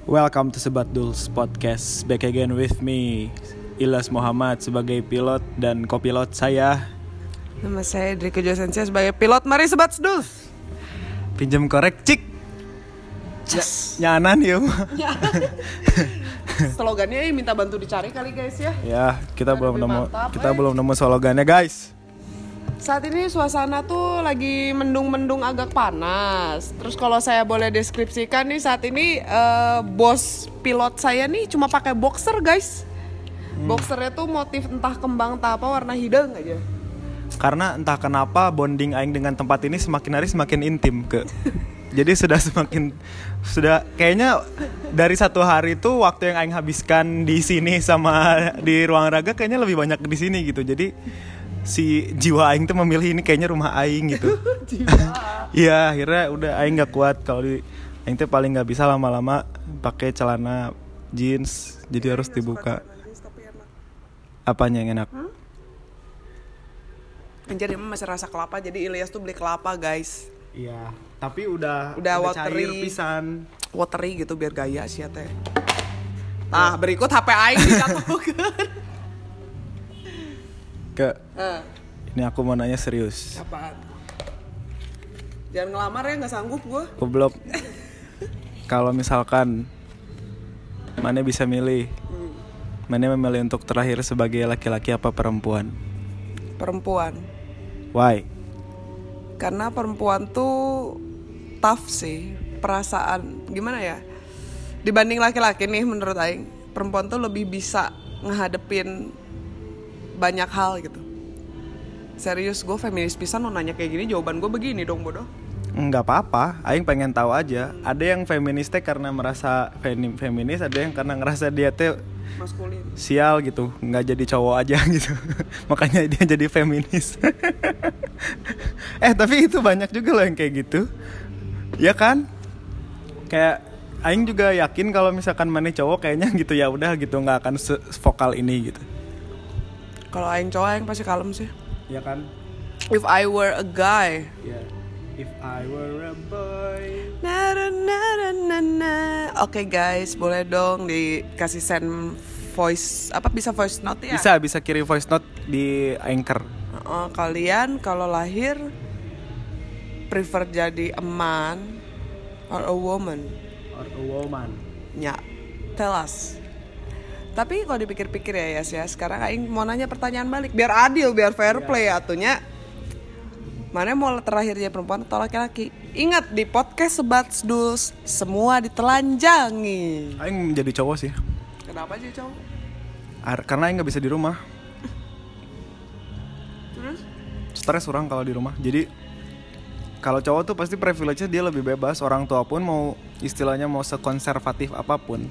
Welcome to Sebat Duls Podcast. Back again with me, Ilyas Muhammad sebagai pilot dan kopilot saya. Nama saya Drika Josensia sebagai pilot. Mari Sebat Duls. Pinjam korek cik. Nyanan yuk. Slogannya minta bantu dicari kali guys ya. Ya, kita belum nemu. Mantap, Kita belum nemu slogannya guys. Saat ini suasana tuh lagi mendung-mendung agak panas. Terus kalau saya boleh deskripsikan nih, saat ini bos pilot saya nih cuma pakai boxer guys. Boxernya tuh motif entah kembang entah apa, warna hidung aja. Karena entah kenapa bonding aing dengan tempat ini semakin hari semakin intim ke. Jadi sudah kayaknya dari satu hari itu waktu yang aing habiskan di sini sama di ruang raga kayaknya lebih banyak di sini gitu. Jadi si jiwa aing tuh memilih ini kayaknya rumah aing gitu. Iya, akhirnya udah aing nggak kuat kalau di aing tuh paling nggak bisa lama-lama pakai celana jeans, jadi harus dibuka. Apanya yang enak? Anjir, emang masih rasa kelapa, jadi Ilyas tuh beli kelapa guys. Iya, tapi udah watery, cair pisan. Watery gitu biar gaya sih ya teh. Nah, berikut HP aing dijatuhkeun. Ini aku mau nanya serius. Apaan? Jangan ngelamar ya, nggak sanggup gue. Goblok. Kalau misalkan Mane bisa milih, Mane memilih untuk terlahir sebagai laki-laki apa perempuan? Perempuan. Why? Karena perempuan tuh tough sih, perasaan gimana ya? Dibanding laki-laki nih menurut aing, perempuan tuh lebih bisa ngehadepin banyak hal gitu. Serius, gue feminis pisan lo nanya kayak gini, jawaban gue begini dong bodoh. Enggak apa-apa, aing pengen tahu aja. Ada yang feminis teh karena merasa feminis, ada yang karena ngerasa dia teh maskulin, sial gitu, nggak jadi cowok aja gitu. Makanya dia jadi feminis. Tapi itu banyak juga loh yang kayak gitu. Ya kan? Kayak aing juga yakin kalau misalkan Mane cowok kayaknya gitu ya udah gitu, nggak akan vokal ini gitu. Kalau aing cowok, aing pasti kalem sih. Ya kan? If I were a guy. Yeah. If I were a boy. Na na na na na. Oke guys, boleh dong dikasih send voice, apa bisa voice note ya? Bisa kirim voice note di Anchor. Kalian kalau lahir prefer jadi a man or a woman? Or a woman. Ya, tell us. Tapi kalau dipikir-pikir ya Yas ya, sekarang aing mau nanya pertanyaan balik, biar adil, biar fair play atunya. Mana mau terlahir jadi perempuan atau laki-laki? Ingat, di podcast Sebat Duls semua ditelanjangi. Aing jadi cowok sih. Kenapa sih cowok? Karena aing nggak bisa di rumah. Terus? Stres orang kalau di rumah. Jadi kalau cowok tuh pasti privilege-nya dia lebih bebas. Orang tua pun mau istilahnya mau sekonservatif apapun,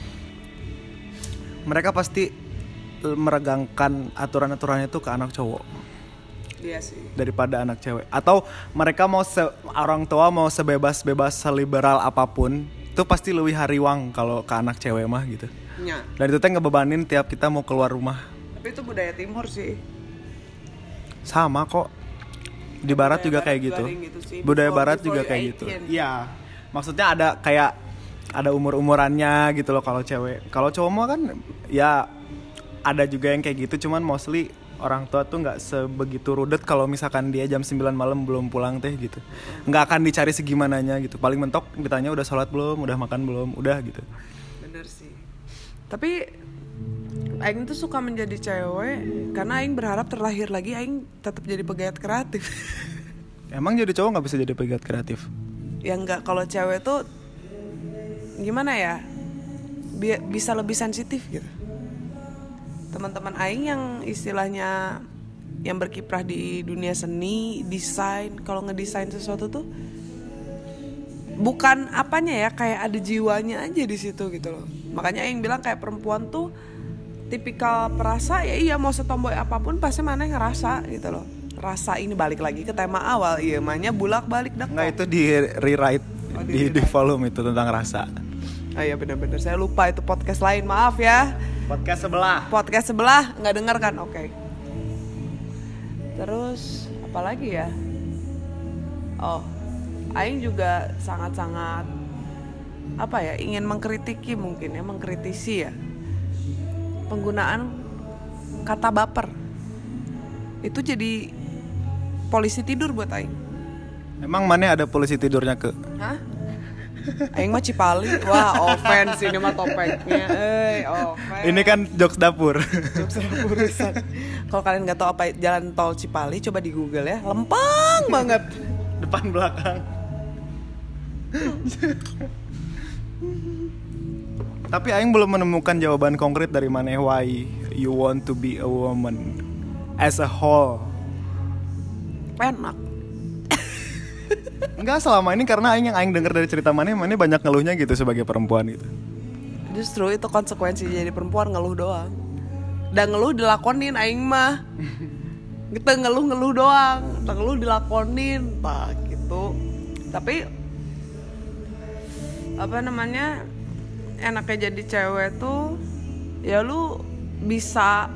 mereka pasti meregangkan aturan-aturannya itu ke anak cowok. Iya sih. Daripada anak cewek. Atau mereka mau orang tua mau sebebas-bebas seliberal apapun, itu pasti lebih hariwang kalau ke anak cewek mah gitu. Ya. Dan itu teh ngebebanin tiap kita mau keluar rumah. Tapi itu budaya timur sih. Sama kok. Di barat juga kayak gitu. Budaya barat juga kayak gitu. Iya. Maksudnya ada umur-umurannya gitu loh kalau cewek. Kalau cowok mah kan ya ada juga yang kayak gitu, cuman mostly orang tua tuh nggak sebegitu rudet kalau misalkan dia jam 9 malam belum pulang teh gitu. Nggak akan dicari segimananya gitu. Paling mentok ditanya udah sholat belum, udah makan belum, udah gitu. Bener sih. Tapi aing tuh suka menjadi cewek karena aing berharap terlahir lagi aing tetap jadi pegiat kreatif. Emang jadi cowok nggak bisa jadi pegiat kreatif? Ya nggak, kalau cewek tuh gimana ya, bisa lebih sensitif gitu. Teman-teman aing yang istilahnya yang berkiprah di dunia seni, desain, kalau ngedesain sesuatu tuh bukan apanya ya, kayak ada jiwanya aja di situ gitu loh. Makanya aing bilang kayak perempuan tuh tipikal perasa, ya iya mau setomboy apapun pasti mana ngerasa gitu loh. Rasa ini balik lagi ke tema awal, iya mahnya bulak balik dak. Nggak, itu di rewrite di volume itu tentang rasa. Oh iya benar-benar, saya lupa itu podcast lain, maaf ya. Podcast sebelah nggak denger kan? Oke. Terus apa lagi ya? Oh, aing juga sangat-sangat apa ya, ingin mengkritiki mungkin ya, mengkritisi ya penggunaan kata baper. Itu jadi polisi tidur buat aing. Emang mana ada polisi tidurnya ke? Hah? Aing mah Cipali. Wah, offense ini mah topeknya. Offense. Ini kan jokes dapur. Jokes dapur. Kalau kalian nggak tahu apa jalan tol Cipali, coba di Google ya. Lempeng banget. Depan belakang. Tapi aing belum menemukan jawaban konkret dari mana why you want to be a woman as a whole. Enak. Enggak, selama ini karena aing yang aing denger dari cerita mana banyak ngeluhnya gitu sebagai perempuan gitu. Justru itu konsekuensi jadi perempuan, ngeluh doang. Dan ngeluh dilakonin aing mah. Gitu, ngeluh doang, ngeluh dilakonin, pak gitu. Tapi apa namanya, enaknya jadi cewek tuh ya lu bisa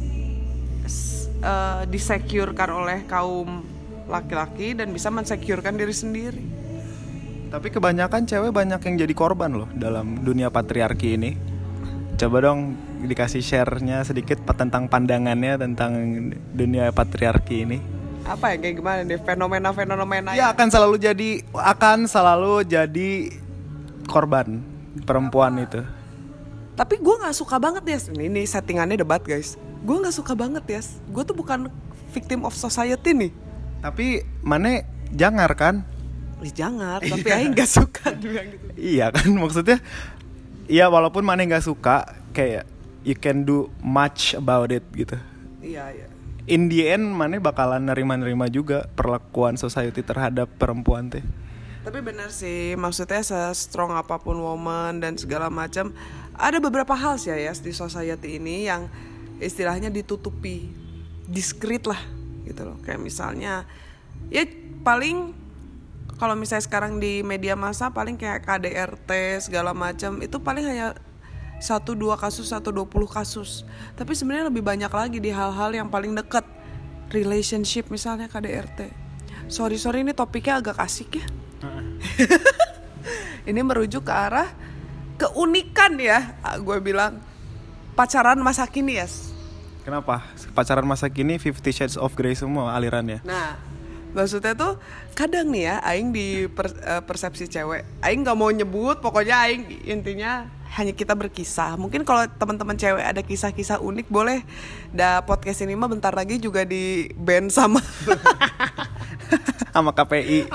disecurekan oleh kaum laki-laki dan bisa mensecurekan diri sendiri. Tapi kebanyakan cewek banyak yang jadi korban loh dalam dunia patriarki ini. Coba dong dikasih share-nya sedikit tentang pandangannya tentang dunia patriarki ini. Apa ya, kayak gimana nih fenomena Ya akan selalu jadi korban perempuan itu. Tapi gue nggak suka banget ya, ini settingannya debat guys. Gue nggak suka banget ya, gue tuh bukan victim of society nih. Tapi mana jangar kan? Jangar, tapi aing nggak suka bilang gitu. Iya kan, maksudnya ya walaupun mana nggak suka, kayak you can do much about it gitu. Iya. In the end mana bakalan nerima juga perlakuan society terhadap perempuan teh. Tapi benar sih, maksudnya se-strong apapun woman dan segala macam, ada beberapa hal sih ya di society ini yang istilahnya ditutupi, diskret lah gitu loh. Kayak misalnya ya paling kalau misalnya sekarang di media massa paling kayak KDRT segala macam, itu paling hanya 1-2 kasus atau 20 kasus. Tapi sebenarnya lebih banyak lagi di hal-hal yang paling dekat. Relationship misalnya KDRT. Sorry ini topiknya agak asik ya. Ini merujuk ke arah keunikan ya, gue bilang pacaran masa kini ya. Kenapa? Pacaran masa kini 50 Shades of Grey semua alirannya. Nah, maksudnya tuh kadang nih ya, aing di persepsi cewek, aing nggak mau nyebut, pokoknya aing intinya hanya kita berkisah. Mungkin kalau teman-teman cewek ada kisah-kisah unik, boleh. Podcast ini mah bentar lagi juga di ban sama sama KPI.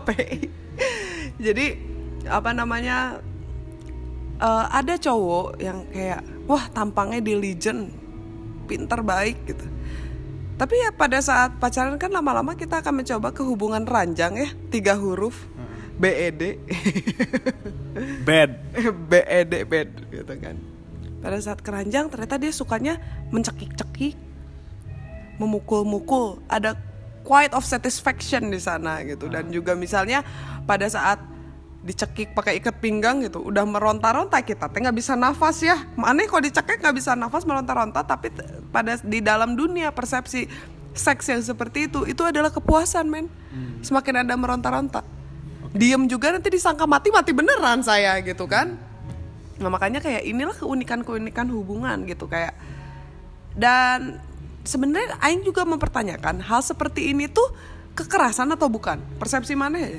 Jadi apa namanya, ada cowok yang kayak wah tampangnya diligent, pintar, baik gitu. Tapi ya pada saat pacaran kan lama-lama kita akan mencoba ke hubungan ranjang ya, 3 huruf, BED. Bad. Bad gitu kan. Pada saat keranjang ternyata dia sukanya mencekik-cekik, memukul-mukul, ada quite of satisfaction di sana gitu. Dan juga misalnya pada saat dicekik pakai ikat pinggang gitu, udah meronta-ronta, kita teh nggak bisa nafas ya. Mana kalau dicekik nggak bisa nafas, meronta-ronta, tapi pada di dalam dunia persepsi seks yang seperti itu adalah kepuasan, men. Semakin ada meronta-ronta, diem juga nanti disangka mati beneran saya gitu kan. Nah makanya kayak inilah keunikan hubungan gitu kayak. Dan sebenarnya aing juga mempertanyakan hal seperti ini tuh kekerasan atau bukan? Persepsi mana ya?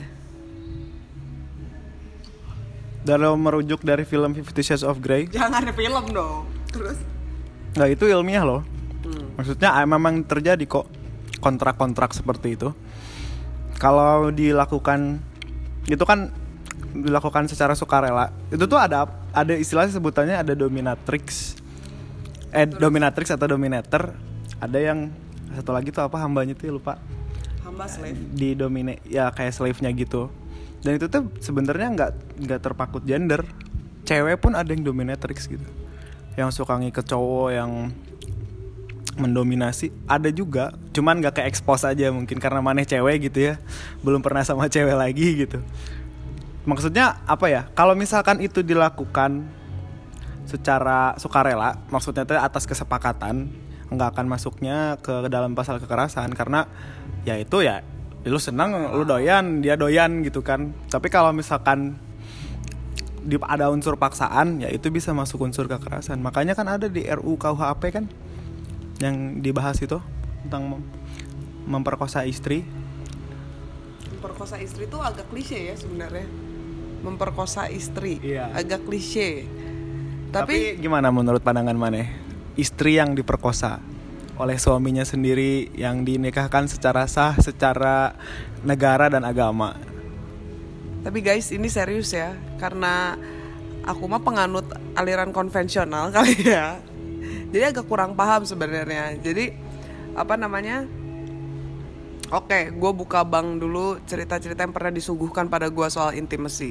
Dalam merujuk dari film 50 Shades of Grey. Jangan ada film dong. Terus? Nah itu ilmiah loh. Maksudnya memang terjadi kok kontrak-kontrak seperti itu. Kalau dilakukan, itu kan dilakukan secara sukarela. Itu tuh ada istilahnya sebutannya ada dominatrix. Dominatrix atau dominator. Ada yang satu lagi tuh apa hambanya tuh lupa. Hamba slave. Di domine ya kayak slave-nya gitu. Dan itu tuh sebenarnya nggak terpaut gender. Cewek pun ada yang dominatrix gitu. Yang suka ngiket cowok, yang mendominasi ada juga. Cuman nggak kayak expose aja mungkin karena maneh cewek gitu ya. Belum pernah sama cewek lagi gitu. Maksudnya apa ya? Kalau misalkan itu dilakukan secara sukarela, maksudnya itu atas kesepakatan, nggak akan masuknya ke dalam pasal kekerasan karena ya itu ya lu senang, lu doyan, dia doyan gitu kan. Tapi kalau misalkan ada unsur paksaan, ya itu bisa masuk unsur kekerasan. Makanya kan ada di RUU KUHP kan yang dibahas itu tentang memperkosa istri. Memperkosa istri itu agak klise ya sebenarnya. Memperkosa istri, Iya. agak klise. Tapi gimana menurut pandangan Maneh? Istri yang diperkosa oleh suaminya sendiri, yang dinikahkan secara sah, secara negara dan agama. Tapi guys, ini serius ya, karena aku mah penganut aliran konvensional kali ya. Jadi agak kurang paham sebenarnya. Jadi apa namanya? Oke, gue buka bank dulu cerita-cerita yang pernah disuguhkan pada gue soal intimacy.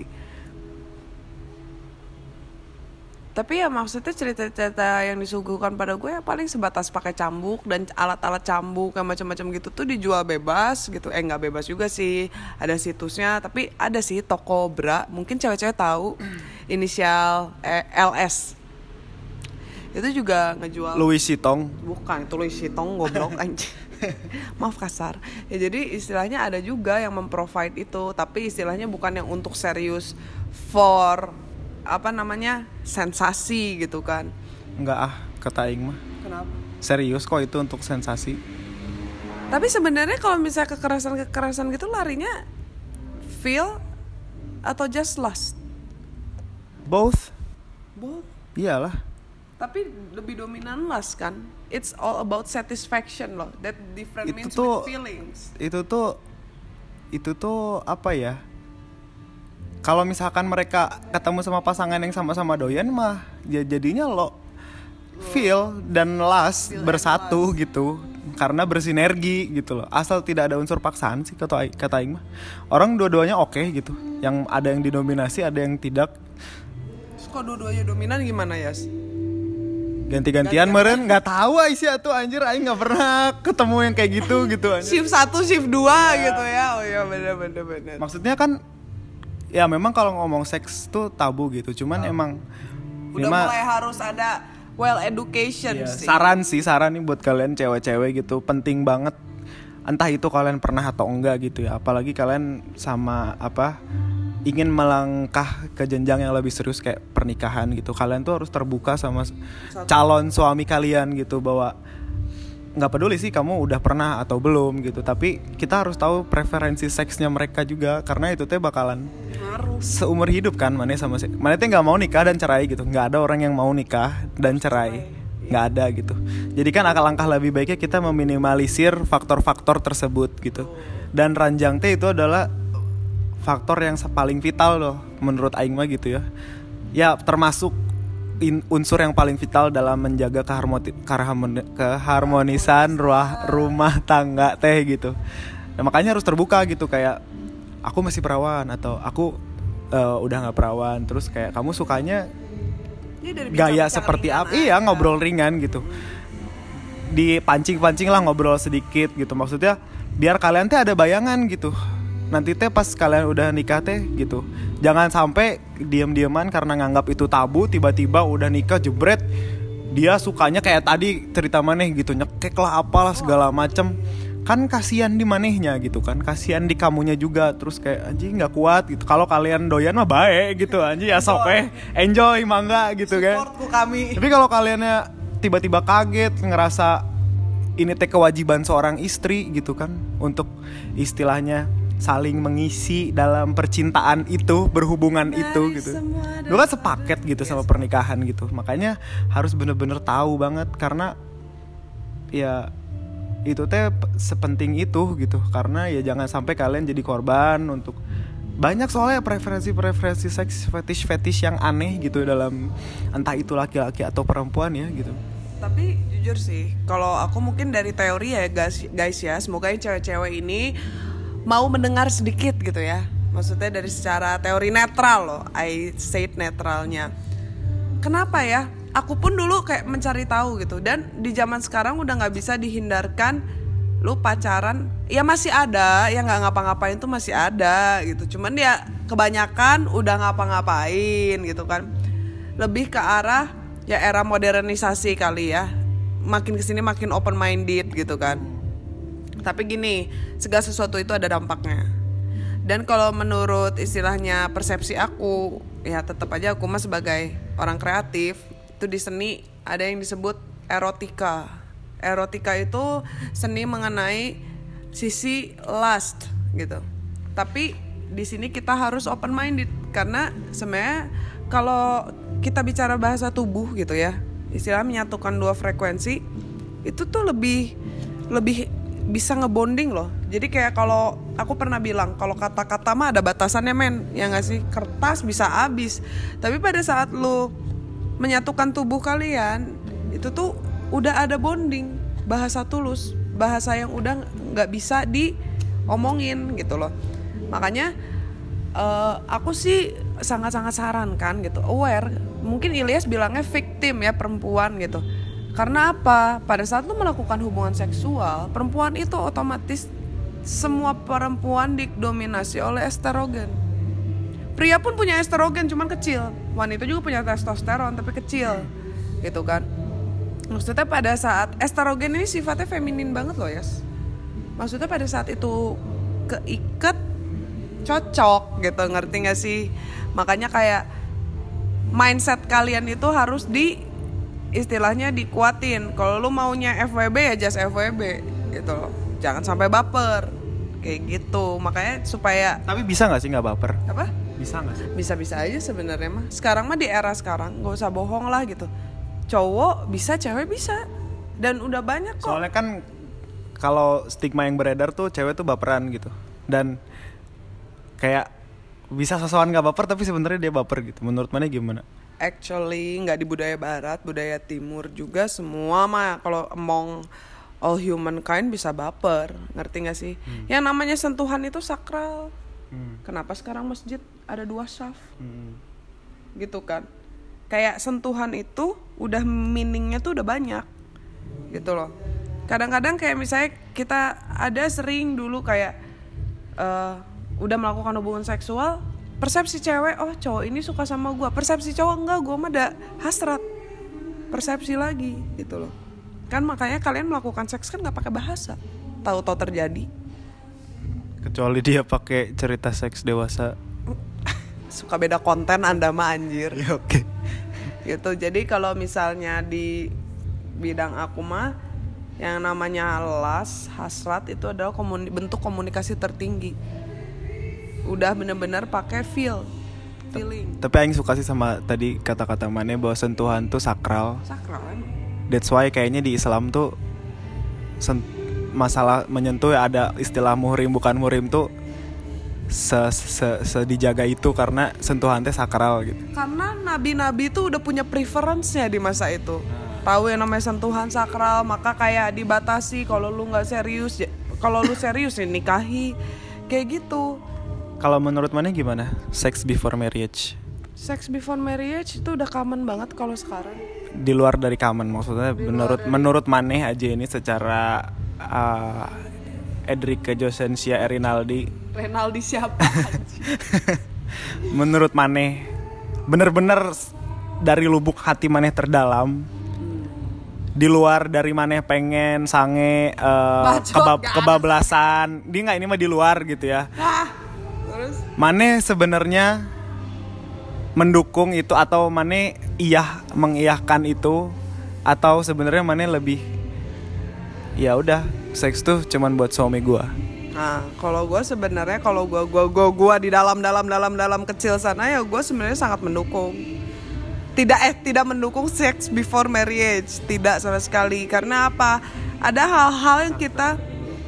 Tapi ya maksudnya cerita-cerita yang disuguhkan pada gue ya paling sebatas pakai cambuk dan alat-alat cambuk yang macam-macam gitu tuh dijual bebas gitu. Nggak bebas juga sih, ada situsnya. Tapi ada sih toko bra, mungkin cewek-cewek tahu, inisial LS. Itu juga ngejual. Louis Vuitton. Bukan, itu Louis Vuitton, goblok anjing. Maaf kasar. Ya jadi istilahnya ada juga yang memprovide itu, tapi istilahnya bukan yang untuk serius for apa namanya sensasi gitu kan. Enggak kata Aing mah. Kenapa? Serius kok itu untuk sensasi. Tapi sebenarnya kalau misalnya kekerasan gitu larinya feel atau just lust? Both. Both. Iyalah. Tapi lebih dominan lust kan. It's all about satisfaction loh. That different Itu means tuh- with feelings. Itu tuh apa ya? Kalau misalkan mereka ketemu sama pasangan yang sama-sama doyan mah, ya jadinya lo feel dan lust Feel and bersatu gitu, karena bersinergi gitu loh. Asal tidak ada unsur paksaan sih kata Aing mah. Orang dua-duanya oke gitu. Yang ada yang didominasi, ada yang tidak. Terus kok dua-duanya dominan gimana ya? Ganti-gantian meren, nggak tahu Aisyah tuh anjir, Aing nggak pernah ketemu yang kayak gitu anjir. Shift 1, shift 2 gitu ya. Oh iya bener. Maksudnya kan ya memang kalau ngomong seks tuh tabu gitu, cuman emang Udah mulai harus ada well education ya, sih. saran nih buat kalian cewek-cewek gitu, penting banget. Entah itu kalian pernah atau enggak gitu ya, apalagi kalian sama ingin melangkah ke jenjang yang lebih serius kayak pernikahan gitu. Kalian tuh harus terbuka sama calon suami kalian gitu, bahwa nggak peduli sih kamu udah pernah atau belum gitu, tapi kita harus tahu preferensi seksnya mereka juga, karena itu teh bakalan Ngaruh. seumur hidup kan. Maneh teh nggak mau nikah dan cerai gitu, nggak ada orang yang mau nikah dan cerai, nggak ada gitu. Jadi kan langkah lebih baiknya kita meminimalisir faktor-faktor tersebut gitu. Dan ranjang teh itu adalah faktor yang paling vital loh menurut Aing mah gitu ya. Ya termasuk unsur yang paling vital dalam menjaga keharmonisan rumah tangga teh gitu. Nah, makanya harus terbuka gitu, kayak aku masih perawan atau aku udah nggak perawan, terus kayak kamu sukanya gaya seperti apa? Iya, ngobrol ringan gitu. Dipancing-pancing lah, ngobrol sedikit gitu. Maksudnya biar kalian teh ada bayangan gitu. Nanti teh pas kalian udah nikah teh gitu, jangan sampai diam-diaman karena nganggap itu tabu, tiba-tiba udah nikah jebret dia sukanya kayak tadi cerita maneh gitu, nyekek lah apalah segala macem. Kan kasihan di manehnya gitu kan, kasihan di kamunya juga. Terus kayak anjing nggak kuat gitu. Kalau kalian doyan mah baik gitu anjing, ya sok enjoy mangga gitu kan. Supportku kami. Tapi kalau kaliannya tiba-tiba kaget ngerasa ini teh kewajiban seorang istri gitu kan, untuk istilahnya saling mengisi dalam percintaan itu, berhubungan itu gitu. Lu kan sepaket gitu sama pernikahan gitu. Makanya harus bener-bener tahu banget, karena ya itu teh sepenting itu gitu. Karena ya jangan sampai kalian jadi korban untuk banyak soalnya preferensi seks, fetish yang aneh gitu dalam entah itu laki-laki atau perempuan ya gitu. Tapi jujur sih, kalau aku mungkin dari teori ya guys ya, semoga yang cewek-cewek ini mau mendengar sedikit gitu ya. Maksudnya dari secara teori netral loh, I said netralnya. Kenapa ya? Aku pun dulu kayak mencari tahu gitu. Dan di zaman sekarang udah gak bisa dihindarkan lu pacaran. Ya masih ada, yang gak ngapa-ngapain tuh masih ada gitu. Cuman ya kebanyakan udah ngapa-ngapain gitu kan. Lebih ke arah ya era modernisasi kali ya. Makin kesini makin open minded gitu kan. Tapi gini, segala sesuatu itu ada dampaknya. Dan kalau menurut istilahnya persepsi aku, ya tetap aja aku mah sebagai orang kreatif itu di seni ada yang disebut erotika. Erotika itu seni mengenai sisi lust gitu. Tapi di sini kita harus open minded karena sebenarnya kalau kita bicara bahasa tubuh gitu ya, istilah menyatukan dua frekuensi itu tuh lebih bisa ngebonding loh. Jadi kayak kalau aku pernah bilang kalau kata-kata mah ada batasannya men, ya nggak sih, kertas bisa habis. Tapi pada saat lu menyatukan tubuh kalian itu tuh udah ada bonding, bahasa tulus, bahasa yang udah nggak bisa diomongin gitu loh. Makanya aku sih sangat-sangat sarankan gitu, aware. Mungkin Ilyas bilangnya victim ya, perempuan gitu. Karena apa? Pada saat lu melakukan hubungan seksual, perempuan itu otomatis semua perempuan didominasi oleh estrogen. Pria pun punya estrogen, cuman kecil. Wanita juga punya testosteron tapi kecil, gitu kan? Maksudnya pada saat estrogen ini sifatnya feminin banget loh, Yas. Maksudnya pada saat itu keikat, cocok gitu, ngerti gak sih? Makanya kayak mindset kalian itu harus istilahnya dikuatin. Kalau lu maunya FWB ya just FWB gitu loh. Jangan sampai baper. Kayak gitu. Makanya supaya. Tapi bisa gak sih gak baper? Apa? Bisa gak sih? Bisa-bisa aja sebenarnya mah. Sekarang mah di era sekarang gak usah bohong lah gitu. Cowok bisa, cewek bisa. Dan udah banyak kok. Soalnya kan kalau stigma yang beredar tuh cewek tuh baperan gitu. Dan kayak bisa sosokan gak baper tapi sebenarnya dia baper gitu. Menurut mana gimana? Actually nggak di budaya barat, budaya timur juga semua mah kalau among all humankind bisa baper, ngerti nggak sih? Yang namanya sentuhan itu sakral. Kenapa sekarang masjid ada 2 syaf? Gitu kan? Kayak sentuhan itu udah meaningnya tuh udah banyak, gitu loh. Kadang-kadang kayak misalnya kita ada sering dulu kayak udah melakukan hubungan seksual. Persepsi cewek, oh cowok ini suka sama gue. Persepsi cowok, enggak, gue mah ada hasrat. Persepsi lagi gitu loh. Kan makanya kalian melakukan seks kan gak pakai bahasa, tahu-tahu terjadi. Kecuali dia pakai cerita seks dewasa. Suka beda konten Anda mah anjir. Ya oke. Gitu. Jadi kalau misalnya di bidang aku mah yang namanya hasrat itu adalah bentuk komunikasi tertinggi. Udah benar-benar pakai feeling. Tapi aing suka sih sama tadi kata-kata Mane bahwa sentuhan tuh sakral. Sakral emang. That's why kayaknya di Islam tuh masalah menyentuh ya ada istilah muhrim bukan muhrim tuh dijaga itu karena sentuhan teh sakral gitu. Karena nabi-nabi tuh udah punya preference-nya di masa itu. Tahu yang namanya sentuhan sakral, maka kayak dibatasi kalau lu nggak serius, kalau lu serius nih nikahi, kayak gitu. Kalau menurut Maneh gimana? Sex before marriage? Sex before marriage itu udah common banget kalau sekarang. Di luar dari common maksudnya menurut Maneh aja ini secara Edrica Josensia Erinaldi. Renaldi siapa? Menurut Maneh bener-bener dari lubuk hati Maneh terdalam, di luar dari Maneh pengen sange kebablasan, dia nggak, ini mah di luar gitu ya. Maneh sebenarnya mendukung itu atau Maneh mengiyahkan itu, atau sebenarnya Maneh lebih ya udah seks tuh cuman buat suami gua. Nah, kalau gue sebenarnya kalau gue di dalam kecil sana ya gue sebenarnya sangat mendukung. Tidak mendukung seks before marriage, tidak sama sekali. Karena apa? Ada hal-hal yang kita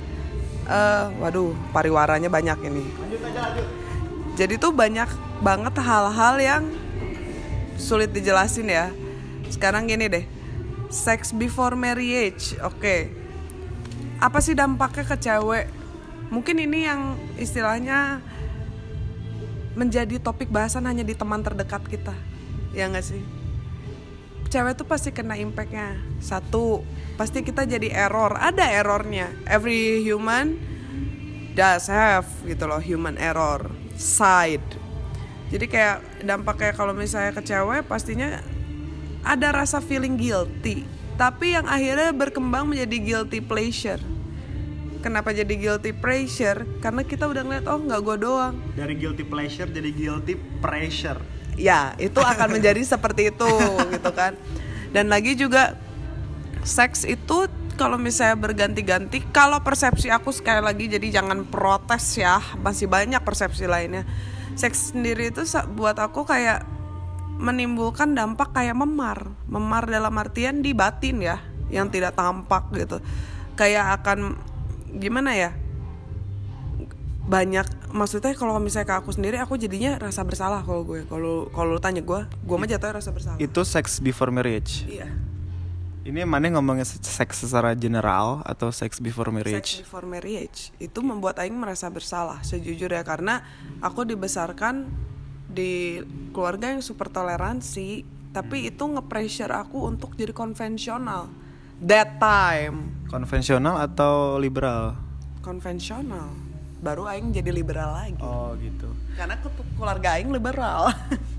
pariwaranya banyak ini. Lanjut. Jadi tuh banyak banget hal-hal yang sulit dijelasin ya. Sekarang gini deh, sex before marriage, oke. Apa sih dampaknya ke cewek? Mungkin ini yang istilahnya menjadi topik bahasan hanya di teman terdekat kita, ya nggak sih? Cewek tuh pasti kena impactnya. 1, pasti kita jadi error, ada errornya. Every human does have gitu loh, human error side. Jadi kayak dampaknya kalau misalnya ke cewek pastinya ada rasa feeling guilty, tapi yang akhirnya berkembang menjadi guilty pleasure. Kenapa jadi guilty pleasure? Karena kita udah ngeliat, oh nggak gue doang. Dari guilty pleasure jadi guilty pressure. ya itu akan menjadi seperti itu gitu kan. Dan lagi juga seks itu kalau misalnya berganti-ganti, kalau persepsi aku sekali lagi, jadi jangan protes ya, masih banyak persepsi lainnya. Seks sendiri itu buat aku kayak menimbulkan dampak kayak memar dalam artian di batin ya, yang tidak tampak gitu. Kayak akan gimana ya, banyak, maksudnya kalau misalnya ke aku sendiri, aku jadinya rasa bersalah kalau lu tanya gue mah jatuhnya rasa bersalah. Itu sex before marriage. Iya. Ini mana ngomongnya seks secara general atau sex before marriage? Sex before marriage itu membuat aing merasa bersalah sejujurnya, karena aku dibesarkan di keluarga yang super toleransi, tapi itu nge-pressure aku untuk jadi konvensional. That time. Konvensional atau liberal? Konvensional. Baru aing jadi liberal lagi. Oh gitu. Karena keluarga aing liberal.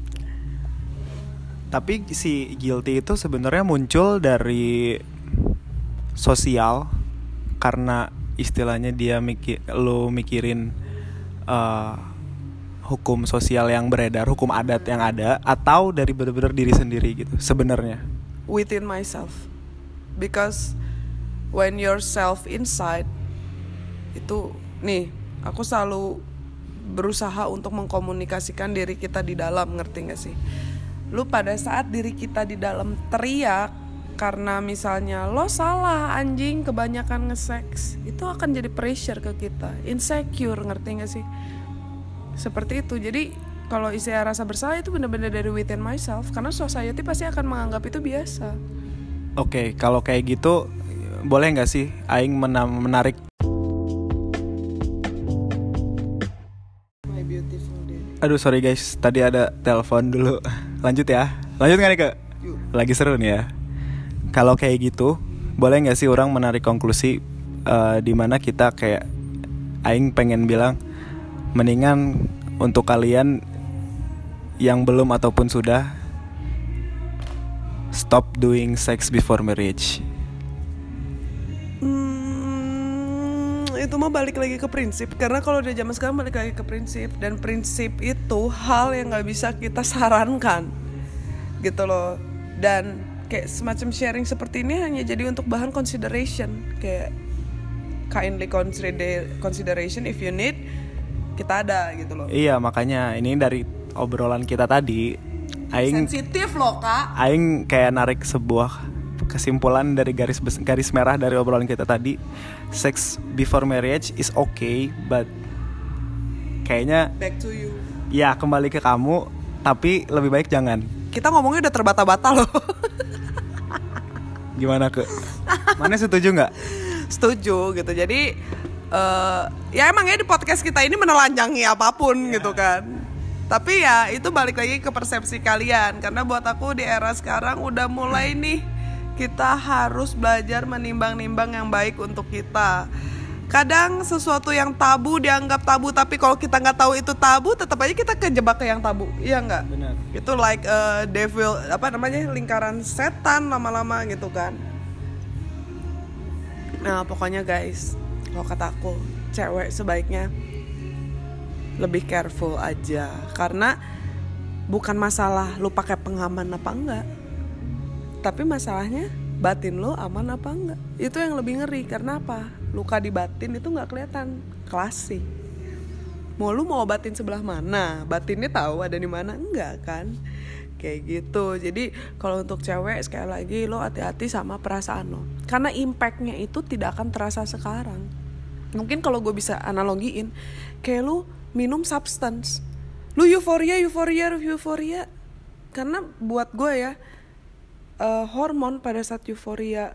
Tapi si guilty itu sebenarnya muncul dari sosial, karena istilahnya dia mikirin hukum sosial yang beredar, hukum adat yang ada, atau dari benar-benar diri sendiri gitu sebenarnya. Within myself, because when yourself inside itu nih, aku selalu berusaha untuk mengkomunikasikan diri kita di dalam, ngerti gak sih? Lu pada saat diri kita di dalam teriak karena misalnya lo salah anjing kebanyakan nge-sex, itu akan jadi pressure ke kita, insecure, ngerti gak sih? Seperti itu. Jadi kalau istilah rasa bersalah itu benar-benar dari within myself, karena society pasti akan menganggap itu biasa. Oke, kalau kayak gitu boleh gak sih aing menarik My beautiful day. Aduh sorry guys, tadi ada telepon dulu. Lanjut ya. Lanjut gak nih Kak? Lagi seru nih ya. Kalau kayak gitu, boleh gak sih orang menarik konklusi dimana kita kayak aing pengen bilang, mendingan untuk kalian yang belum ataupun sudah, stop doing sex before marriage. Itu mah balik lagi ke prinsip, karena kalau udah zaman sekarang balik lagi ke prinsip, dan prinsip itu hal yang nggak bisa kita sarankan gitu loh. Dan kayak semacam sharing seperti ini hanya jadi untuk bahan consideration, kayak kindly consideration if you need, kita ada gitu loh. Iya, makanya ini dari obrolan kita tadi, aing sensitif loh Kak. Aing kayak narik sebuah kesimpulan dari garis merah dari obrolan kita tadi. Sex before marriage is okay, but kayaknya back to you. Ya, kembali ke kamu, tapi lebih baik jangan. Kita ngomongnya udah terbata-bata loh. Gimana Ke? Mana setuju nggak? Setuju gitu. Jadi ya emangnya di podcast kita ini menelanjangi apapun gitu kan. Tapi ya itu balik lagi ke persepsi kalian. Karena buat aku di era sekarang udah mulai nih, kita harus belajar menimbang-nimbang yang baik untuk kita. Kadang sesuatu yang tabu dianggap tabu, tapi kalau kita nggak tahu itu tabu, tetap aja kita kejebak ke yang tabu, iya nggak? Benar. Itu like devil, lingkaran setan lama-lama gitu kan. Nah pokoknya guys, kalau kata aku, cewek sebaiknya lebih careful aja, karena bukan masalah lu pakai pengaman apa enggak, tapi masalahnya batin lo aman apa enggak. Itu yang lebih ngeri. Karena apa? Luka di batin itu nggak kelihatan, klasik. Mau lu mau batin sebelah mana, batinnya tahu ada di mana, enggak kan? Kayak gitu. Jadi kalau untuk cewek, sekali lagi lo hati-hati sama perasaan lo, karena impactnya itu tidak akan terasa sekarang. Mungkin kalau gue bisa analogiin, kayak lu minum substance, lu euforia. Karena buat gue ya, hormon pada saat euforia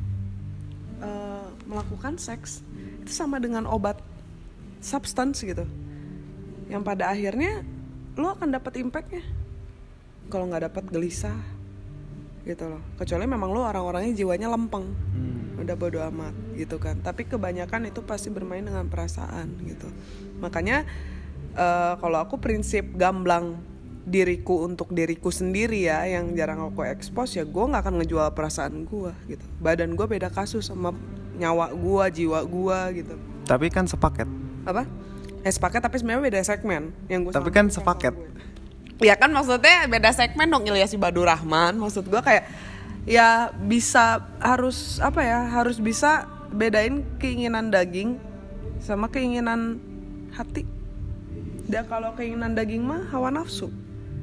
melakukan seks itu sama dengan obat substance gitu, yang pada akhirnya lo akan dapat impactnya. Kalau nggak dapat gelisah gitu loh, kecuali memang lo orang-orangnya jiwanya lempeng, udah bodo amat gitu kan. Tapi kebanyakan itu pasti bermain dengan perasaan gitu. Makanya kalau aku prinsip gamblang diriku untuk diriku sendiri ya, yang jarang aku expose, ya gue nggak akan ngejual perasaan gue gitu. Badan gue beda kasus sama nyawa gue, jiwa gue gitu. Tapi kan sepaket. Apa? Sepaket, tapi sebenarnya beda segmen. Yang gue tapi kan sepaket. Ya kan maksudnya beda segmen dong Ilyas Ibadur Rahman. Maksud gue kayak ya bisa harus apa ya, harus bisa bedain keinginan daging sama keinginan hati. Dan kalau keinginan daging mah hawa nafsu.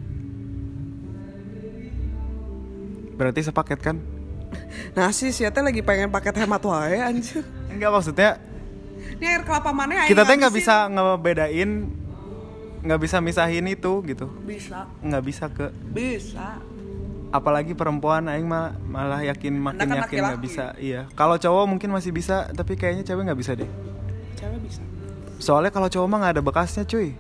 Berarti sepaket kan? Nah sih siatnya lagi pengen paket hemat wae anjir. Enggak, maksudnya Ini air kelapa mana kita teh nggak bisa ngebedain, nggak bisa misahin itu gitu. Bisa. Nggak bisa Bisa. apalagi perempuan aing malah yakin makin Anda kan yakin nggak laki-laki. bisa. Iya, kalau cowok mungkin masih bisa, tapi kayaknya cewek nggak bisa deh. Cewek bisa. Soalnya kalau cowok mah nggak ada bekasnya cuy.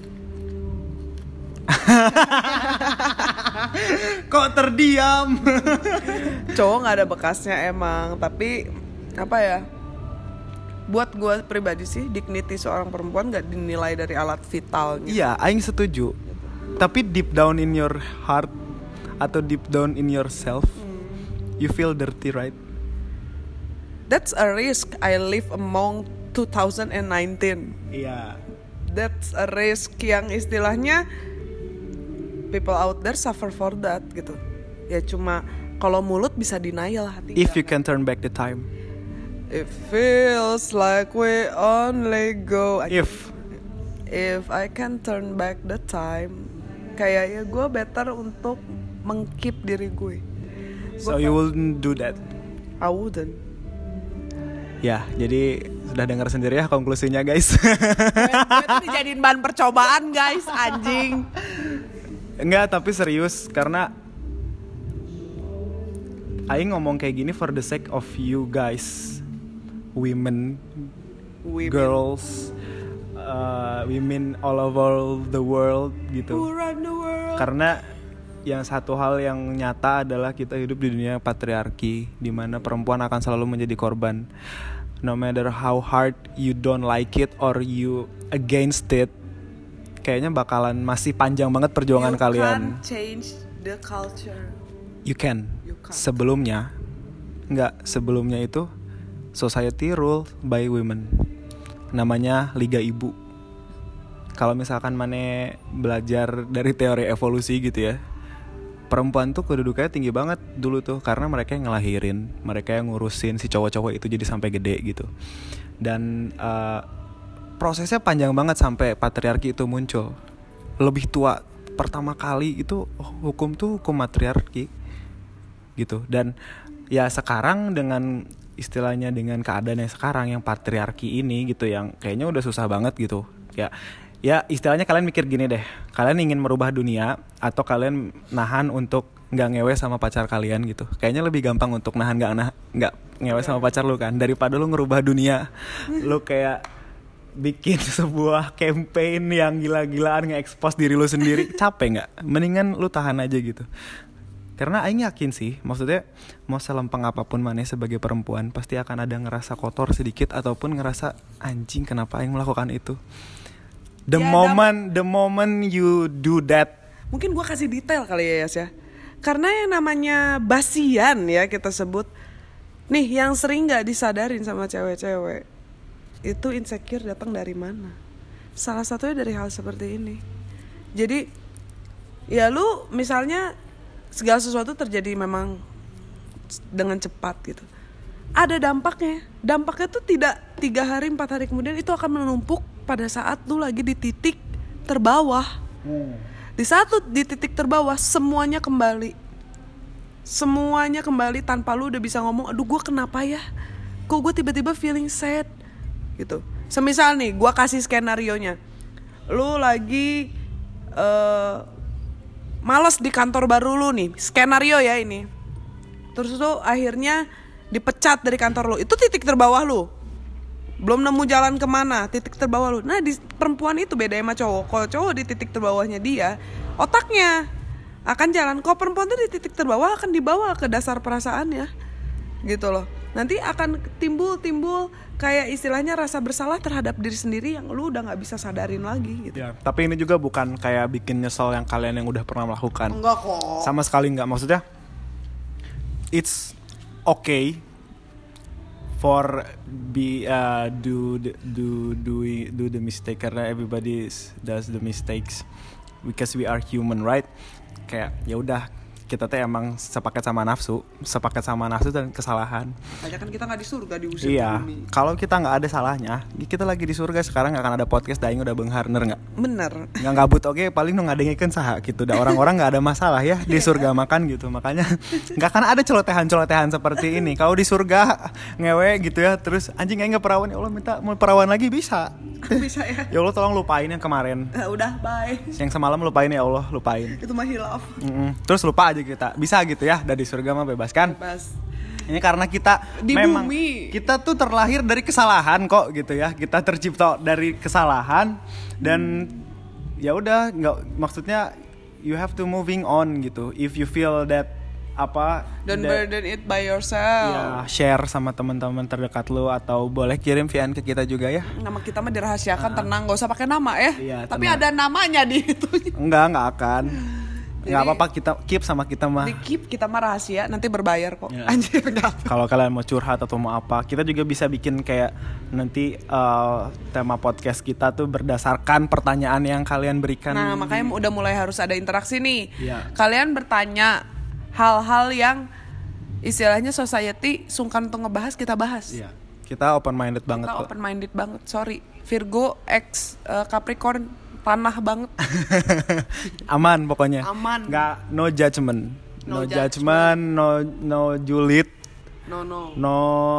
Kok terdiam? Cowok nggak ada bekasnya emang, tapi apa ya? Buat gue pribadi sih, dignity seorang perempuan nggak dinilai dari alat vitalnya. Iya, aing setuju. Tapi deep down in your heart atau deep down in yourself, you feel dirty, right? That's a risk I live among 2019. Iya. That's a risk yang istilahnya people out there suffer for that gitu. Ya cuma kalau mulut bisa denial, hati If you jangan. can turn back the time. It feels like we only go. If I can turn back the time, kayaknya gue better untuk mengkeep diri gue. so you wouldn't do that. I wouldn't. Ya, jadi sudah dengar sendiri ya konklusinya guys. Gue tuh dijadiin bahan percobaan guys, anjing. Enggak, tapi serius karena aing ngomong kayak gini for the sake of you guys, women. Girls, women all over the world gitu. Who run the world? Karena yang satu hal yang nyata adalah kita hidup di dunia patriarki, di mana perempuan akan selalu menjadi korban. No matter how hard you don't like it or you against it, kayaknya bakalan masih panjang banget perjuangan kalian. You can't change the culture. You can. You can't. Sebelumnya itu society rule by women. Namanya Liga Ibu. Kalau misalkan Mane belajar dari teori evolusi gitu ya, perempuan tuh kedudukannya tinggi banget dulu tuh, karena mereka yang ngelahirin, mereka yang ngurusin si cowok-cowok itu jadi sampai gede gitu. Dan prosesnya panjang banget sampai patriarki itu muncul. Lebih tua pertama kali itu hukum tuh hukum matriarki gitu. Dan ya sekarang dengan istilahnya dengan keadaan yang sekarang yang patriarki ini gitu, yang kayaknya udah susah banget gitu. Ya istilahnya kalian mikir gini deh, kalian ingin merubah dunia atau kalian nahan untuk nggak ngewe sama pacar kalian gitu. Kayaknya lebih gampang untuk nahan nggak ngewe sama pacar lu kan, daripada lu ngerubah dunia. Lu kayak bikin sebuah campaign yang gila-gilaan nge-expose diri lu sendiri, capek nggak? Mendingan lu tahan aja gitu. Karena aing yakin sih, maksudnya mau selempeng apapun Mane sebagai perempuan pasti akan ada ngerasa kotor sedikit ataupun ngerasa anjing kenapa aing melakukan itu. The moment you do that. Mungkin gue kasih detail kali ya Yas ya. Karena yang namanya basian ya kita sebut, nih yang sering gak disadarin sama cewek-cewek, itu insecure datang dari mana? Salah satunya dari hal seperti ini. Jadi ya lu misalnya segala sesuatu terjadi memang dengan cepat gitu, ada dampaknya. Dampaknya tuh tidak 3 hari 4 hari kemudian, itu akan menumpuk pada saat lu lagi di titik terbawah. Di saat lu di titik terbawah, semuanya kembali tanpa lu udah bisa ngomong, aduh gue kenapa ya, kok gue tiba-tiba feeling sad gitu. Semisal nih gue kasih skenarionya, lu lagi males di kantor baru lu nih, skenario ya ini, terus lu akhirnya dipecat dari kantor lu, itu titik terbawah lu, belum nemu jalan kemana, titik terbawah lu. Nah di perempuan itu beda sama cowok. Kalau cowok di titik terbawahnya dia, otaknya akan jalan. Kalau perempuan tuh di titik terbawah akan dibawa ke dasar perasaannya gitu loh. Nanti akan timbul kayak istilahnya rasa bersalah terhadap diri sendiri yang lu udah gak bisa sadarin lagi gitu. Ya, tapi ini juga bukan kayak bikin nyesel yang kalian yang udah pernah melakukan. Enggak kok. Sama sekali enggak. Maksudnya it's okay for do the mistake, karena everybody does the mistakes. because we are human, right? Kayak ya udah, kita tuh emang sepaket sama nafsu dan kesalahan. Makanya kan kita nggak di surga, diusir Iya, di bumi. kalau kita nggak ada salahnya, kita lagi di surga sekarang, nggak akan ada podcast daing udah beunghar, bener nggak? Bener. Nggak gabut, oke, paling nu ngadengikeun saha gitu. Da orang-orang nggak ada masalah ya di surga makan gitu. Makanya nggak akan ada celotehan seperti ini. Kalau di surga ngewe gitu ya, terus anjing aing nggak perawan, ya Allah minta mau perawan lagi bisa. Bisa ya. Ya Allah tolong lupain yang kemarin. Udah, bye. Yang semalam lupain ya Allah, lupain. Itu mah hilaf. Terus lupa aja kita. Bisa gitu ya, dari surga mah bebas kan? Bebas. Ini karena kita Di memang bumi. kita tuh terlahir dari kesalahan kok gitu ya. Kita tercipta dari kesalahan dan ya udah, nggak, maksudnya you have to moving on gitu. If you feel that Don't that- burden it by yourself. ya, share sama teman-teman terdekat lo, atau boleh kirim VN ke kita juga ya. Nama kita mah dirahasiakan, tenang, gak usah pakai nama ya. Iya, Tapi tenang. ada namanya di itu. Nggak akan. Nggak Jadi- apa-apa, kita keep sama kita mah. Di keep kita mah rahasia, nanti berbayar kok. Ya. Anjir, enggak. Kalau kalian mau curhat atau mau apa, kita juga bisa bikin kayak nanti tema podcast kita tuh berdasarkan pertanyaan yang kalian berikan. Nah, makanya udah mulai harus ada interaksi nih. Iya. Kalian bertanya hal-hal yang istilahnya society sungkan untuk ngebahas, kita bahas. Iya. Kita open minded banget Kita kok. open minded banget. Sorry, Virgo X Capricorn tanah banget. Aman pokoknya. Aman. Nggak, no judgment. No judgment, no julid, No. no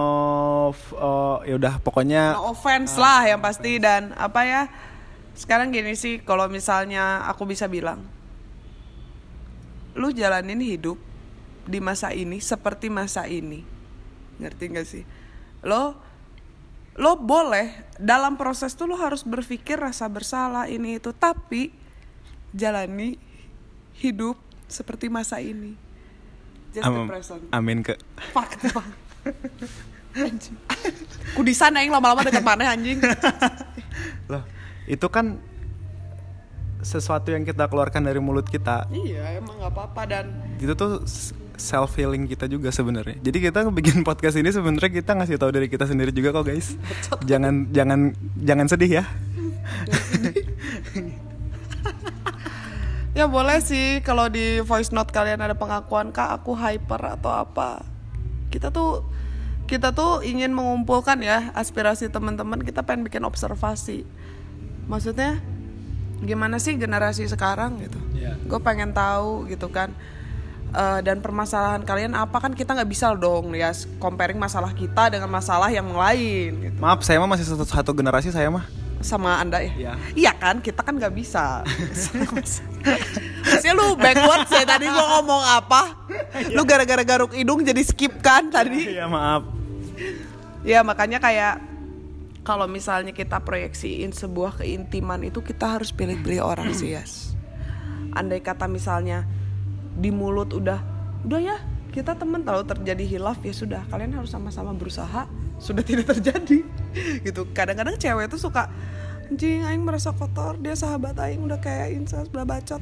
ya udah pokoknya No offense lah yang pasti. Dan apa ya, sekarang gini sih, kalau misalnya aku bisa bilang, lu jalanin hidup di masa ini seperti masa ini, ngerti gak sih? Lo boleh dalam proses tuh lo harus berpikir rasa bersalah ini itu, tapi jalani hidup seperti masa ini. Just the present. amin ke. Fuck. Anjing. Kudisan aing lama-lama dekat mana anjing. Loh, itu kan sesuatu yang kita keluarkan dari mulut kita. Iya, emang nggak apa-apa. Dan Itu tuh self healing kita juga sebenarnya. Jadi kita bikin podcast ini sebenarnya kita ngasih tahu dari kita sendiri juga kok, guys. Jangan sedih ya. ya boleh sih kalau di voice note kalian ada pengakuan, Kak aku hyper atau apa. Kita tuh ingin mengumpulkan ya aspirasi teman-teman. Kita pengen bikin observasi. Maksudnya gimana sih generasi sekarang gitu. Iya. Gue pengen tahu gitu kan. Dan permasalahan kalian apa, kan kita nggak bisa dong ya comparing masalah kita dengan masalah yang lain gitu. Maaf, saya mah masih satu generasi saya mah. Sama Anda ya? Iya. Iya kan, kita kan nggak bisa. Maksudnya lu backwards ya tadi gua ngomong apa? Lu gara-gara garuk hidung jadi skip kan tadi? Iya, maaf. Ya makanya kayak kalau misalnya kita proyeksiin sebuah keintiman itu, kita harus pilih-pilih orang sih, Yas. Andai kata misalnya di mulut udah ya kita temen, tahu terjadi hilaf, ya sudah, kalian harus sama-sama berusaha sudah tidak terjadi gitu. Kadang-kadang cewek tuh suka, anjing aing merasa kotor, dia sahabat aing udah kayak incest, bacot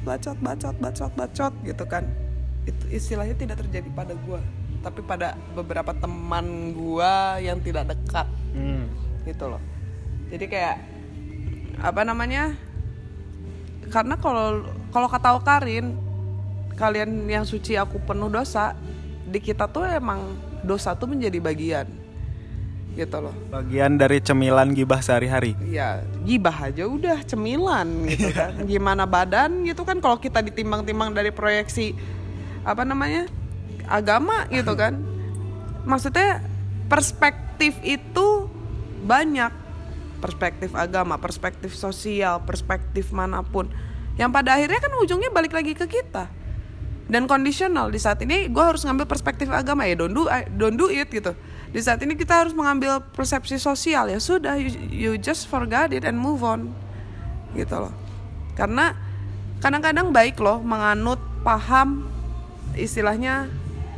gitu kan. Itu istilahnya tidak terjadi pada gua, tapi pada beberapa teman gua yang tidak dekat gitu loh. Jadi kayak apa namanya, karena kalau kata Karin, kalian yang suci aku penuh dosa, di kita tuh emang dosa tuh menjadi bagian gitu loh. Bagian dari cemilan gibah sehari-hari. Ya gibah aja udah cemilan gitu kan. Gimana badan gitu kan, kalau kita ditimbang-timbang dari proyeksi apa namanya agama gitu kan. Maksudnya perspektif itu banyak, perspektif agama, perspektif sosial, perspektif manapun, yang pada akhirnya kan ujungnya balik lagi ke kita. Dan kondisional, di saat ini gue harus ngambil perspektif agama, ya don't do it gitu. Di saat ini kita harus mengambil persepsi sosial, ya sudah, you just forget it and move on gitu loh. Karena kadang-kadang baik loh menganut paham istilahnya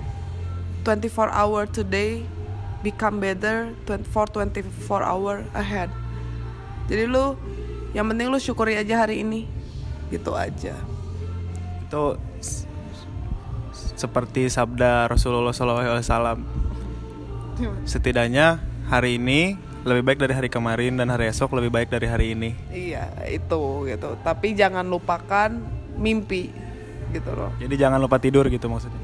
24 hour today become better for 24 hour ahead. Jadi lu yang penting lu syukuri aja hari ini, gitu aja. Itu seperti sabda Rasulullah SAW. Setidaknya hari ini lebih baik dari hari kemarin, dan hari esok lebih baik dari hari ini. Iya itu gitu. Tapi jangan lupakan mimpi gitu loh. Jadi jangan lupa tidur gitu maksudnya.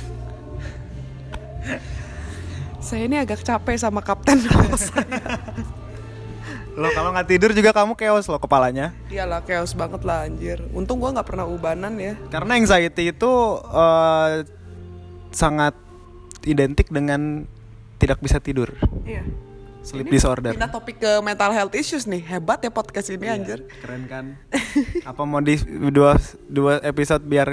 Saya ini agak capek sama kapten host saya. Lo kalau nggak tidur juga kamu chaos lo kepalanya. Iyalah chaos banget lah anjir. Untung gue nggak pernah ubanan ya. Karena anxiety itu sangat identik dengan tidak bisa tidur. Iya. Sleep Ini disorder. pindah topik ke mental health issues nih. Hebat ya podcast ini anjir. Keren kan? Apa mau di dua episode biar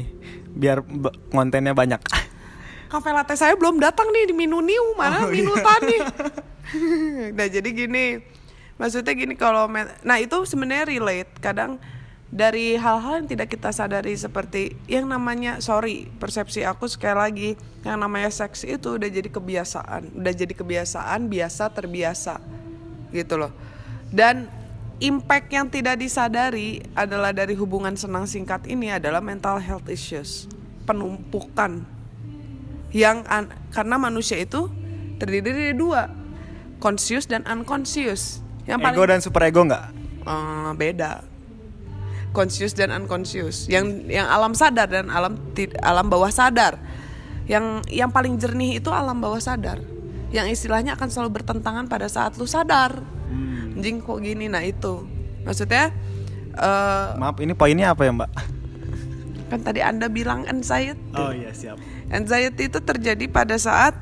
kontennya banyak. Cafe latte saya belum datang nih di Minuniu. Mana minutan nih? Nah jadi gini, maksudnya gini kalau nah itu sebenarnya relate. Kadang dari hal-hal yang tidak kita sadari seperti yang namanya persepsi aku sekali lagi, yang namanya seks itu udah jadi kebiasaan, biasa terbiasa gitu loh. Dan impact yang tidak disadari adalah dari hubungan senang singkat ini adalah mental health issues, penumpukan yang karena manusia itu terdiri dari dua, conscious dan unconscious. Yang ego dan superego nggak? Beda. Conscious dan unconscious. Yang alam sadar dan alam bawah sadar. Yang paling jernih itu alam bawah sadar. Yang istilahnya akan selalu bertentangan pada saat lu sadar. Anjing kok gini, nah itu. Maksudnya maaf, ini poinnya apa ya, Mbak? Kan tadi Anda bilang anxiety. Oh iya, siap. Anxiety itu terjadi pada saat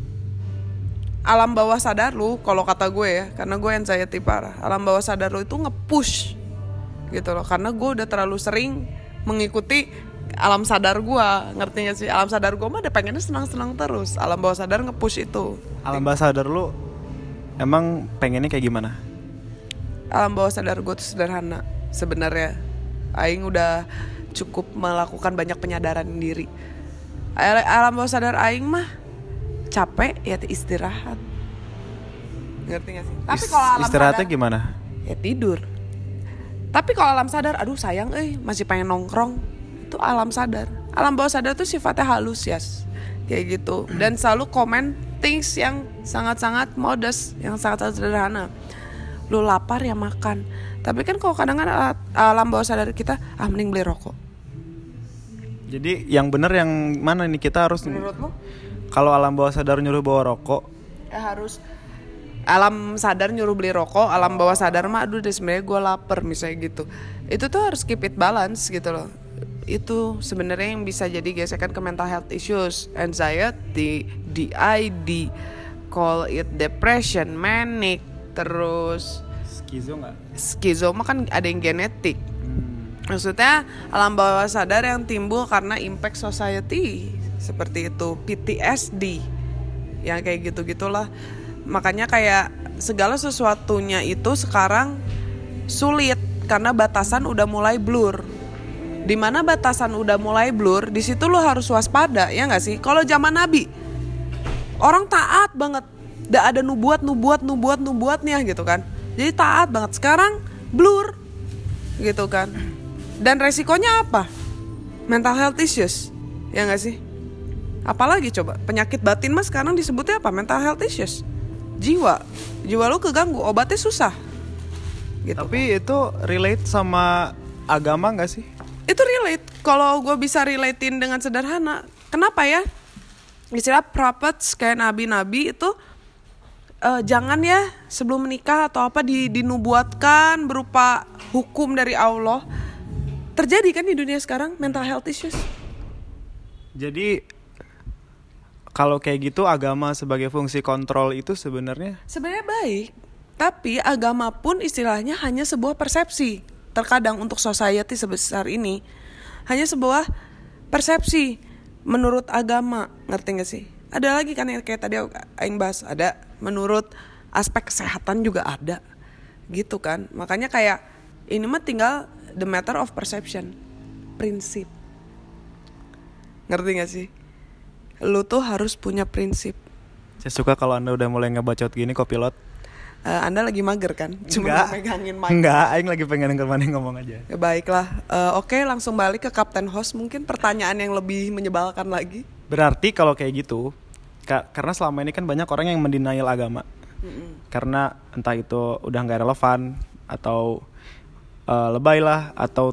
alam bawah sadar lu, kalau kata gue ya, karena gue anxiety parah. Alam bawah sadar lu itu nge-push gitu loh, karena gue udah terlalu sering mengikuti alam sadar gue, ngerti gak sih? Alam sadar gue mah udah pengennya senang-senang terus. Alam bawah sadar nge-push itu. Alam bawah sadar lu emang pengennya kayak gimana? Alam bawah sadar gue tuh sederhana sebenarnya. Aing udah cukup melakukan banyak penyadaran diri. Alam bawah sadar Aing mah capek ya istirahat. Ngerti gak sih? Tapi kalau alam istirahatnya sadar, gimana? Ya tidur. Tapi kalau alam sadar, aduh sayang masih pengen nongkrong, itu alam sadar. Alam bawah sadar tuh sifatnya halus ya, kayak gitu. Dan selalu komen things yang sangat-sangat modest, yang sangat-sangat sederhana. Lu lapar ya makan. Tapi kan kalau kadang-kadang alam bawah sadar kita, mending beli rokok. Jadi yang benar yang mana nih kita harus? Menurut lo? Kalau alam bawah sadar nyuruh bawa rokok, Harus alam sadar nyuruh beli rokok, alam bawah sadar mah aduh deh sebenarnya gue lapar misalnya gitu. Itu tuh harus keep it balance gitu loh. Itu sebenarnya yang bisa jadi gesekan ke mental health issues, anxiety, DID, call it depression, manic, terus skizo mah kan ada yang genetik. Maksudnya alam bawah sadar yang timbul karena impact society seperti itu, PTSD, yang kayak gitu-gitulah. Makanya kayak segala sesuatunya itu sekarang sulit karena batasan udah mulai blur. Dimana batasan udah mulai blur, di situ lo harus waspada, ya nggak sih? Kalau zaman Nabi, orang taat banget, nggak ada nubuatnya gitu kan. Jadi taat banget. Sekarang blur, gitu kan. Dan resikonya apa? Mental health issues, ya nggak sih? Apalagi coba penyakit batin mas sekarang disebutnya apa? Mental health issues. Jiwa lu keganggu, obatnya susah. Gitu. Tapi itu relate sama agama nggak sih? Itu relate. Kalau gue bisa relatein dengan sederhana, kenapa ya? Istilah prophets kayak nabi-nabi itu jangan ya sebelum menikah atau apa dinubuatkan berupa hukum dari Allah. Terjadi kan di dunia sekarang mental health issues. Jadi kalau kayak gitu agama sebagai fungsi kontrol itu sebenarnya baik, tapi agama pun istilahnya hanya sebuah persepsi. Terkadang untuk society sebesar ini hanya sebuah persepsi menurut agama, ngerti gak sih? Ada lagi kan yang kayak tadi Aing bahas, ada menurut aspek kesehatan juga ada, gitu kan? Makanya kayak ini mah tinggal the matter of perception, prinsip. Ngerti gak sih? Lu tuh harus punya prinsip. saya suka kalau Anda udah mulai ngebacot gini kopilot. Anda lagi mager kan? Cuma megangin mic. Enggak, Aing lagi pengen denger Maneh ngomong aja. Ya baiklah, oke langsung balik ke Kapten Host. Mungkin pertanyaan yang lebih menyebalkan lagi. Berarti kalau kayak gitu, karena selama ini kan banyak orang yang mendenial agama. Karena entah itu udah gak relevan atau lebay lah atau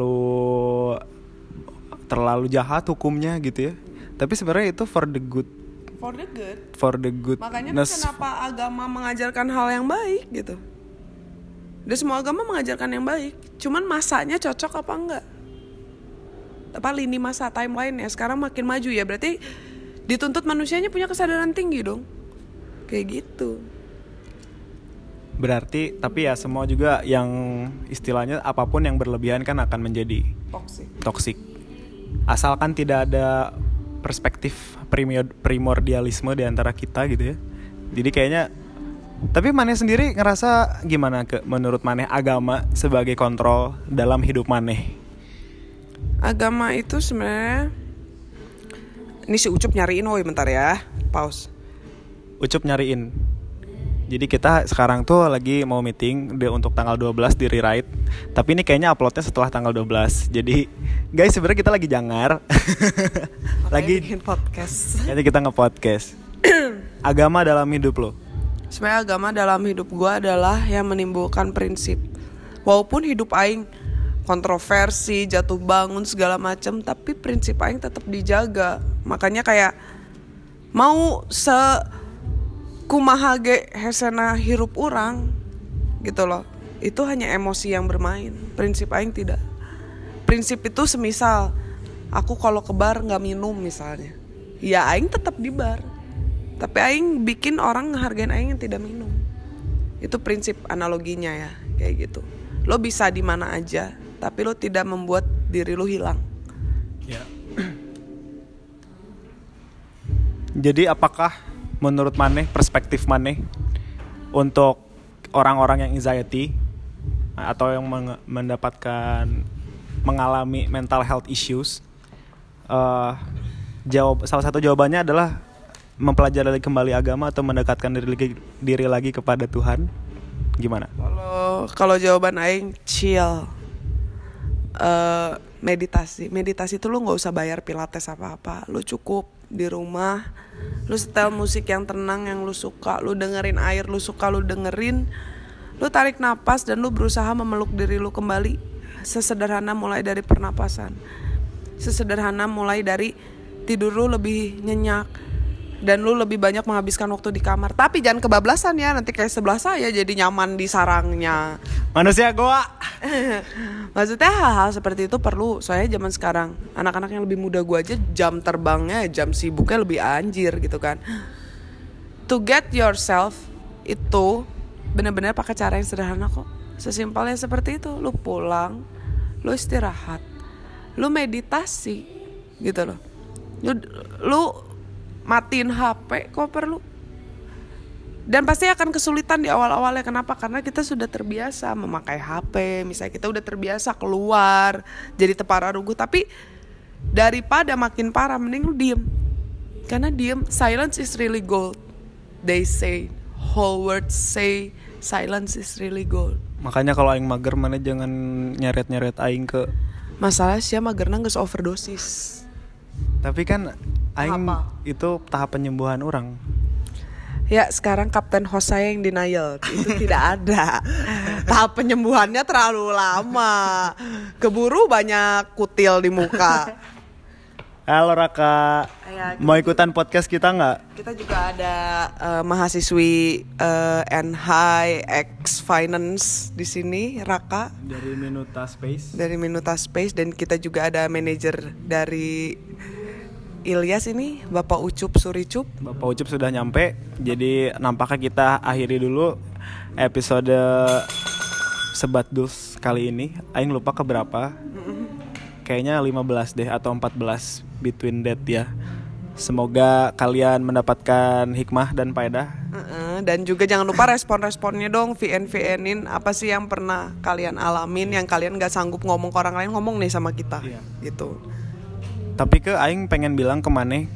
terlalu jahat hukumnya gitu ya. Tapi sebenarnya itu for the good. Makanya tuh kenapa agama mengajarkan hal yang baik gitu. Dan semua agama mengajarkan yang baik. Cuman masanya cocok apa enggak. Apa lini masa timeline ya sekarang makin maju ya. Berarti dituntut manusianya punya kesadaran tinggi dong. Kayak gitu. Berarti tapi ya semua juga yang istilahnya apapun yang berlebihan kan akan menjadi toksik. Asalkan tidak ada perspektif primordialisme di antara kita gitu ya. Jadi kayaknya tapi Maneh sendiri ngerasa gimana menurut Maneh agama sebagai kontrol dalam hidup Maneh? Agama itu sebenarnya ini si Ucup nyariin bentar ya. Pause. Ucup nyariin. Jadi kita sekarang tuh lagi mau meeting untuk tanggal 12 di Rewrite. Tapi ini kayaknya uploadnya setelah tanggal 12. Jadi guys sebenarnya kita lagi jangar. Lagi bikin podcast. Kayaknya kita nge-podcast. Agama dalam hidup lo. Sebenarnya agama dalam hidup gue adalah yang menimbulkan prinsip. Walaupun hidup aing kontroversi, jatuh bangun segala macam, tapi prinsip aing tetap dijaga. Makanya kayak mau kumaha ge hesena hirup orang gitu loh. Itu hanya emosi yang bermain. Prinsip aing tidak. Prinsip itu semisal aku kalau ke bar gak minum misalnya, ya aing tetap di bar. Tapi aing bikin orang ngehargain aing yang tidak minum. Itu prinsip analoginya ya, kayak gitu. Lo bisa di mana aja, tapi lo tidak membuat diri lo hilang. Ya. Jadi apakah menurut Maneh, perspektif Maneh untuk orang-orang yang anxiety atau yang mengalami mental health issues, salah satu jawabannya adalah mempelajari kembali agama atau mendekatkan diri lagi kepada Tuhan? Gimana? Kalau jawaban aing chill. Meditasi itu lu nggak usah bayar pilates apa-apa, lu cukup di rumah, lu setel musik yang tenang yang lu suka, lu dengerin air lu suka lu dengerin, lu tarik napas dan lu berusaha memeluk diri lu kembali. Sesederhana mulai dari pernapasan, sesederhana mulai dari tidur lu lebih nyenyak dan lu lebih banyak menghabiskan waktu di kamar. Tapi jangan kebablasan ya, nanti kayak sebelah saya jadi nyaman di sarangnya manusia goa. Maksudnya hal-hal seperti itu perlu. Soalnya zaman sekarang anak-anak yang lebih muda gue aja jam terbangnya, jam sibuknya lebih anjir gitu kan. To get yourself itu benar-benar pakai cara yang sederhana kok. Sesimpelnya seperti itu. Lu pulang, lu istirahat, lu meditasi gitu loh. Lu matiin HP kok perlu. Dan pasti akan kesulitan di awal-awalnya. Kenapa? Karena kita sudah terbiasa memakai HP. Misalnya kita udah terbiasa keluar jadi tepara ruguh. Tapi daripada makin parah, mending lu diem. Karena diem, silence is really gold. They say, whole world say silence is really gold. Makanya kalau aing mager mana jangan nyeret-nyeret aing ke. Masalah sih magerna geus overdosis. Tapi kan aing itu tahap penyembuhan orang. Ya sekarang Kapten host saya yang denial. Itu tidak ada. Tahap penyembuhannya terlalu lama. Keburu banyak kutil di muka. Halo Raka, mau ikutan podcast kita nggak? Kita juga ada mahasiswi NHI X Finance di sini, Raka. Dari Minuta Space dan kita juga ada manajer dari Ilyas ini, Bapak Ucup Suricup. Bapak Ucup sudah nyampe, jadi nampaknya kita akhiri dulu episode Sebat Dus kali ini. Aing lupa keberapa. Kayaknya 15 deh atau 14 between that ya. Semoga kalian mendapatkan hikmah dan faedah. Dan juga jangan lupa respon-responnya dong. VN-VNin apa sih yang pernah kalian alamin, yang kalian gak sanggup ngomong ke orang lain, ngomong nih sama kita. Iya. Gitu. Tapi aing pengen bilang ke Maneh,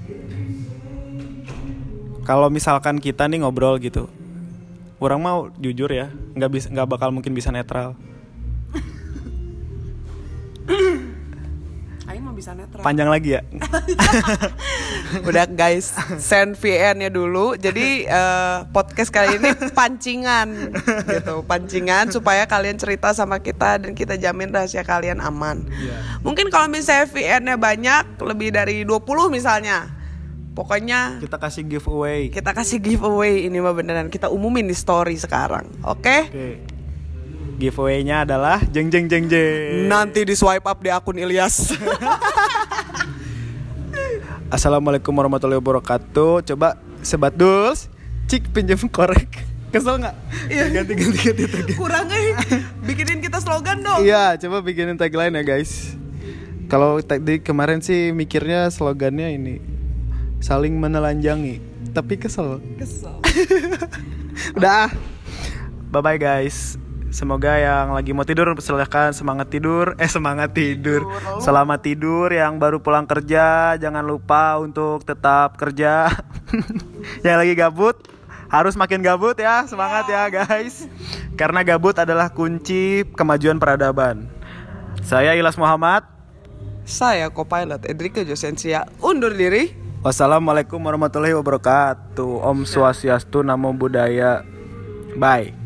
kalau misalkan kita nih ngobrol gitu, orang mau jujur ya, nggak bakal mungkin bisa netral. Aing Aing mah bisa netral. Panjang lagi ya. Udah guys, send VN-nya dulu. Jadi podcast kali ini pancingan gitu, pancingan supaya kalian cerita sama kita dan kita jamin rahasia kalian aman. Mungkin kalau misalnya VN-nya banyak, lebih dari 20 misalnya, pokoknya Kita kasih giveaway. kita kasih giveaway. Ini mah beneran kita umumin di story sekarang. Oke? Oke. Giveaway-nya adalah jeng jeng jeng jeng. Nanti di swipe up di akun Ilyas. Assalamualaikum warahmatullahi wabarakatuh. Coba Sobat Duls, cik pinjam korek. Kesel nggak? Iya. Ganti. Kurang bikinin kita slogan dong. Iya, coba bikinin tagline ya guys. Kalau tadi kemarin sih mikirnya slogannya ini, saling menelanjangi, tapi kesel. Udah. Bye bye guys. Semoga yang lagi mau tidur silahkan semangat tidur. Selamat tidur. Yang baru pulang kerja jangan lupa untuk tetap kerja. Yang lagi gabut harus makin gabut ya. Semangat ya guys. Karena gabut adalah kunci kemajuan peradaban. Saya Ilyas Muhammad. Saya co-pilot Edrika Josensia undur diri. Wassalamualaikum warahmatullahi wabarakatuh. Om Swastiastu, Namo Buddhaya. Bye.